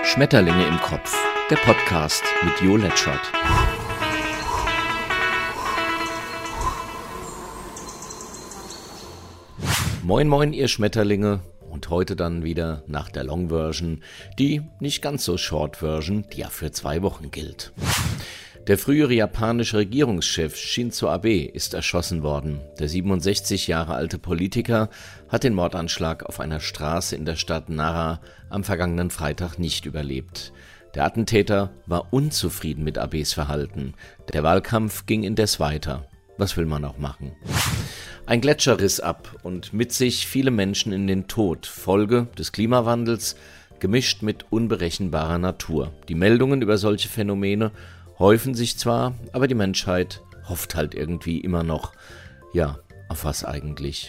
Schmetterlinge im Kopf, der Podcast mit Jo Letschert. Moin moin ihr Schmetterlinge und heute dann wieder nach der Long Version, die nicht ganz so Short Version, die ja für 2 Wochen gilt. Der frühere japanische Regierungschef Shinzo Abe ist erschossen worden. Der 67 Jahre alte Politiker hat den Mordanschlag auf einer Straße in der Stadt Nara am vergangenen Freitag nicht überlebt. Der Attentäter war unzufrieden mit Abes Verhalten. Der Wahlkampf ging indes weiter. Was will man auch machen? Ein Gletscher riss ab und mit sich viele Menschen in den Tod, Folge des Klimawandels, gemischt mit unberechenbarer Natur. Die Meldungen über solche Phänomene häufen sich zwar, aber die Menschheit hofft halt irgendwie immer noch. Ja, auf was eigentlich?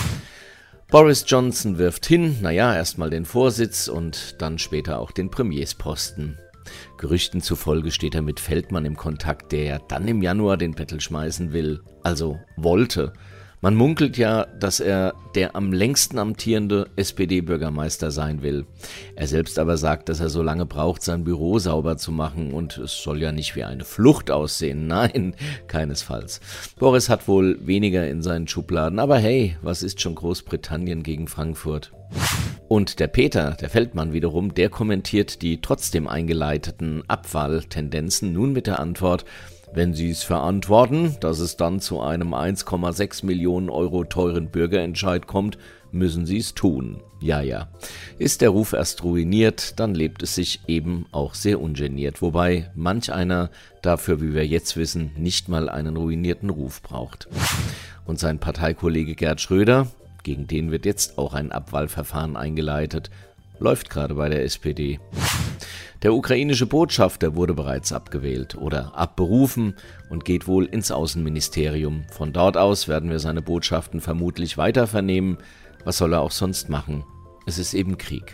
Boris Johnson wirft hin, erstmal den Vorsitz und dann später auch den Premiersposten. Gerüchten zufolge steht er mit Feldmann im Kontakt, der ja dann im Januar den Bettel schmeißen will, also wollte. Man munkelt ja, dass er der am längsten amtierende SPD-Bürgermeister sein will. Er selbst aber sagt, dass er so lange braucht, sein Büro sauber zu machen und es soll ja nicht wie eine Flucht aussehen. Nein, keinesfalls. Boris hat wohl weniger in seinen Schubladen, aber hey, was ist schon Großbritannien gegen Frankfurt? Und der Peter, der Feldmann wiederum, der kommentiert die trotzdem eingeleiteten Abwahltendenzen nun mit der Antwort: Wenn Sie es verantworten, dass es dann zu einem 1,6 Millionen Euro teuren Bürgerentscheid kommt, müssen Sie es tun. Ja. Ist der Ruf erst ruiniert, dann lebt es sich eben auch sehr ungeniert. Wobei manch einer dafür, wie wir jetzt wissen, nicht mal einen ruinierten Ruf braucht. Und sein Parteikollege Gerd Schröder, gegen den wird jetzt auch ein Abwahlverfahren eingeleitet, läuft gerade bei der SPD. Der ukrainische Botschafter wurde bereits abgewählt oder abberufen und geht wohl ins Außenministerium. Von dort aus werden wir seine Botschaften vermutlich weiter vernehmen. Was soll er auch sonst machen? Es ist eben Krieg.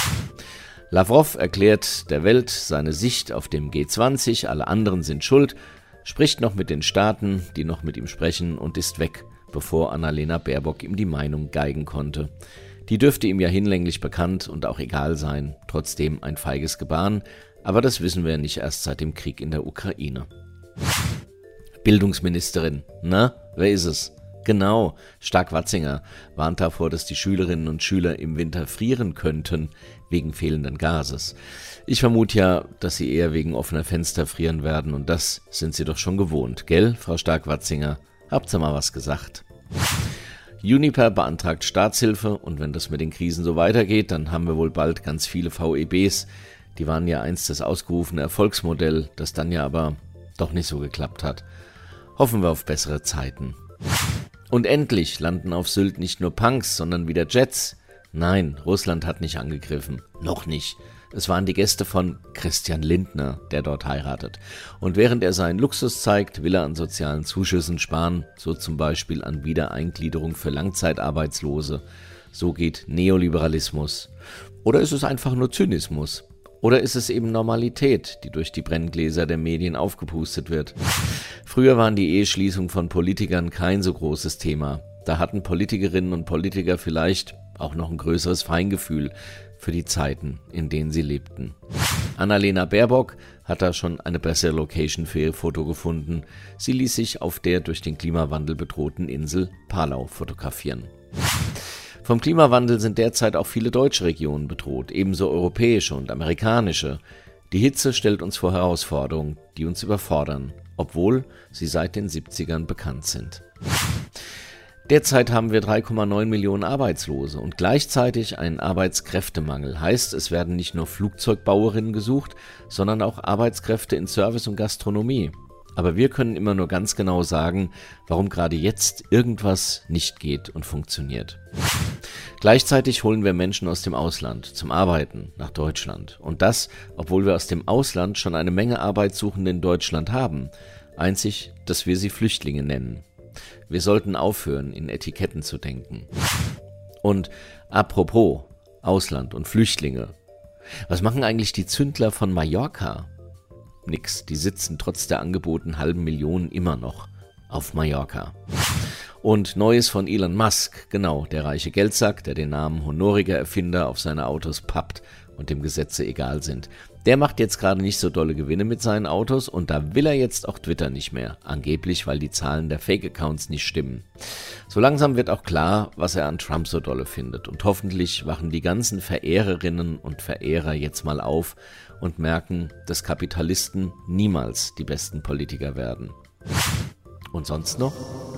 Lavrov erklärt der Welt seine Sicht auf dem G20, alle anderen sind schuld, spricht noch mit den Staaten, die noch mit ihm sprechen, und ist weg, bevor Annalena Baerbock ihm die Meinung geigen konnte. Die dürfte ihm ja hinlänglich bekannt und auch egal sein, trotzdem ein feiges Gebaren, aber das wissen wir nicht erst seit dem Krieg in der Ukraine. Bildungsministerin, wer ist es? Genau, Stark-Watzinger warnt davor, dass die Schülerinnen und Schüler im Winter frieren könnten, wegen fehlenden Gases. Ich vermute ja, dass sie eher wegen offener Fenster frieren werden und das sind sie doch schon gewohnt, gell, Frau Stark-Watzinger? Habt ihr mal was gesagt? Uniper beantragt Staatshilfe und wenn das mit den Krisen so weitergeht, dann haben wir wohl bald ganz viele VEBs. Die waren ja einst das ausgerufene Erfolgsmodell, das dann ja aber doch nicht so geklappt hat. Hoffen wir auf bessere Zeiten. Und endlich landen auf Sylt nicht nur Punks, sondern wieder Jets. Nein, Russland hat nicht angegriffen. Noch nicht. Es waren die Gäste von Christian Lindner, der dort heiratet. Und während er seinen Luxus zeigt, will er an sozialen Zuschüssen sparen, so zum Beispiel an Wiedereingliederung für Langzeitarbeitslose. So geht Neoliberalismus. Oder ist es einfach nur Zynismus? Oder ist es eben Normalität, die durch die Brenngläser der Medien aufgepustet wird? Früher waren die Eheschließungen von Politikern kein so großes Thema. Da hatten Politikerinnen und Politiker vielleicht auch noch ein größeres Feingefühl für die Zeiten, in denen sie lebten. Annalena Baerbock hat da schon eine bessere Location für ihr Foto gefunden. Sie ließ sich auf der durch den Klimawandel bedrohten Insel Palau fotografieren. Vom Klimawandel sind derzeit auch viele deutsche Regionen bedroht, ebenso europäische und amerikanische. Die Hitze stellt uns vor Herausforderungen, die uns überfordern, obwohl sie seit den 70ern bekannt sind. Derzeit haben wir 3,9 Millionen Arbeitslose und gleichzeitig einen Arbeitskräftemangel. Heißt, es werden nicht nur Flugzeugbauerinnen gesucht, sondern auch Arbeitskräfte in Service und Gastronomie. Aber wir können immer nur ganz genau sagen, warum gerade jetzt irgendwas nicht geht und funktioniert. Gleichzeitig holen wir Menschen aus dem Ausland zum Arbeiten nach Deutschland. Und das, obwohl wir aus dem Ausland schon eine Menge Arbeitssuchende in Deutschland haben. Einzig, dass wir sie Flüchtlinge nennen. Wir sollten aufhören, in Etiketten zu denken. Und apropos Ausland und Flüchtlinge. Was machen eigentlich die Zündler von Mallorca? Nix, die sitzen trotz der angebotenen 500.000 immer noch auf Mallorca. Und Neues von Elon Musk, genau, der reiche Geldsack, der den Namen honoriger Erfinder auf seine Autos pappt und dem Gesetze egal sind. Der macht jetzt gerade nicht so dolle Gewinne mit seinen Autos und da will er jetzt auch Twitter nicht mehr. Angeblich, weil die Zahlen der Fake-Accounts nicht stimmen. So langsam wird auch klar, was er an Trump so dolle findet. Und hoffentlich wachen die ganzen Verehrerinnen und Verehrer jetzt mal auf und merken, dass Kapitalisten niemals die besten Politiker werden. Und sonst noch?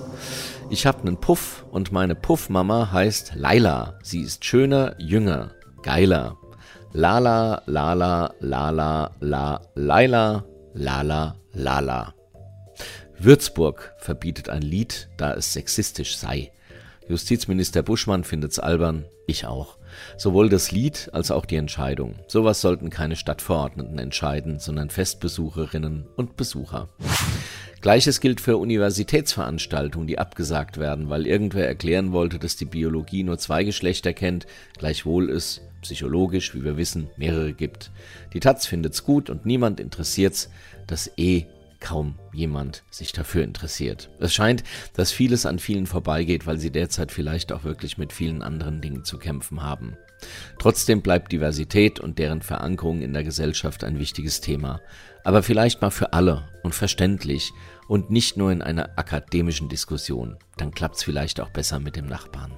Ich habe einen Puff und meine Puffmama heißt Laila. Sie ist schöner, jünger, geiler. Lala, lala, lala, la, Laila, lala, lala. Würzburg verbietet ein Lied, da es sexistisch sei. Justizminister Buschmann findet's albern, ich auch. Sowohl das Lied als auch die Entscheidung. Sowas sollten keine Stadtverordneten entscheiden, sondern Festbesucherinnen und Besucher. Gleiches gilt für Universitätsveranstaltungen, die abgesagt werden, weil irgendwer erklären wollte, dass die Biologie nur 2 Geschlechter kennt, gleichwohl es psychologisch, wie wir wissen, mehrere gibt. Die Taz findet's gut und niemand interessiert's, dass kaum jemand sich dafür interessiert. Es scheint, dass vieles an vielen vorbeigeht, weil sie derzeit vielleicht auch wirklich mit vielen anderen Dingen zu kämpfen haben. Trotzdem bleibt Diversität und deren Verankerung in der Gesellschaft ein wichtiges Thema. Aber vielleicht mal für alle und verständlich und nicht nur in einer akademischen Diskussion. Dann klappt's vielleicht auch besser mit dem Nachbarn.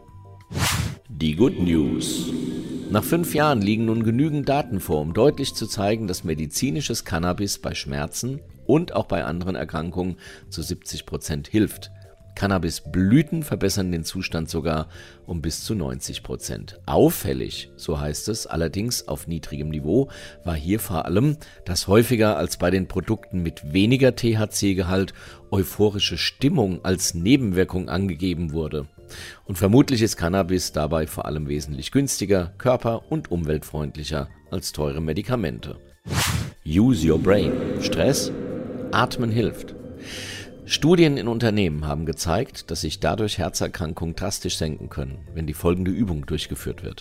Die Good News. Nach 5 Jahren liegen nun genügend Daten vor, um deutlich zu zeigen, dass medizinisches Cannabis bei Schmerzen und auch bei anderen Erkrankungen zu 70% hilft. Cannabisblüten verbessern den Zustand sogar um bis zu 90%. Auffällig, so heißt es, allerdings auf niedrigem Niveau, war hier vor allem, dass häufiger als bei den Produkten mit weniger THC-Gehalt euphorische Stimmung als Nebenwirkung angegeben wurde. Und vermutlich ist Cannabis dabei vor allem wesentlich günstiger, körper- und umweltfreundlicher als teure Medikamente. Use your brain. Stress? Atmen hilft. Studien in Unternehmen haben gezeigt, dass sich dadurch Herzerkrankungen drastisch senken können, wenn die folgende Übung durchgeführt wird.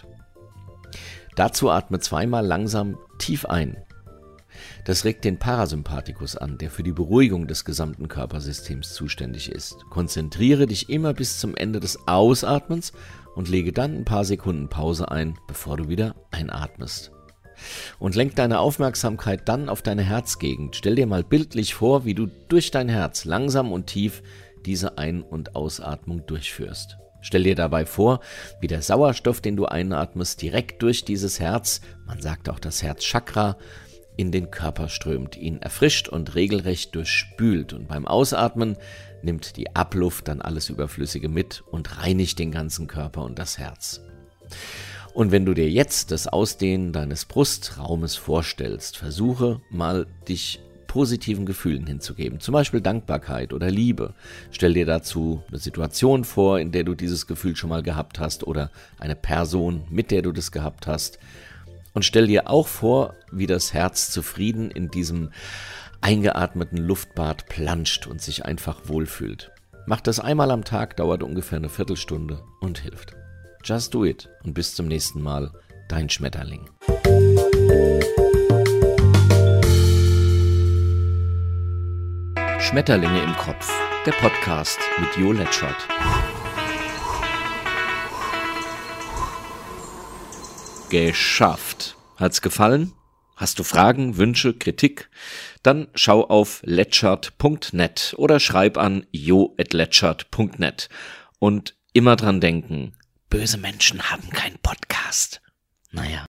Dazu atme 2-mal langsam tief ein. Das regt den Parasympathikus an, der für die Beruhigung des gesamten Körpersystems zuständig ist. Konzentriere dich immer bis zum Ende des Ausatmens und lege dann ein paar Sekunden Pause ein, bevor du wieder einatmest. Und lenk deine Aufmerksamkeit dann auf deine Herzgegend. Stell dir mal bildlich vor, wie du durch dein Herz langsam und tief diese Ein- und Ausatmung durchführst. Stell dir dabei vor, wie der Sauerstoff, den du einatmest, direkt durch dieses Herz, man sagt auch das Herzchakra, in den Körper strömt, ihn erfrischt und regelrecht durchspült. Und beim Ausatmen nimmt die Abluft dann alles Überflüssige mit und reinigt den ganzen Körper und das Herz. Und wenn du dir jetzt das Ausdehnen deines Brustraumes vorstellst, versuche mal, dich positiven Gefühlen hinzugeben, zum Beispiel Dankbarkeit oder Liebe. Stell dir dazu eine Situation vor, in der du dieses Gefühl schon mal gehabt hast oder eine Person, mit der du das gehabt hast. Und stell dir auch vor, wie das Herz zufrieden in diesem eingeatmeten Luftbad planscht und sich einfach wohlfühlt. Mach das einmal am Tag, dauert ungefähr eine Viertelstunde und hilft. Just do it und bis zum nächsten Mal, dein Schmetterling. Schmetterlinge im Kopf, der Podcast mit Jo Letschert. Geschafft. Hat's gefallen? Hast du Fragen, Wünsche, Kritik? Dann schau auf letschert.net oder schreib an jo@letschert.net. Und immer dran denken, böse Menschen haben keinen Podcast. Naja.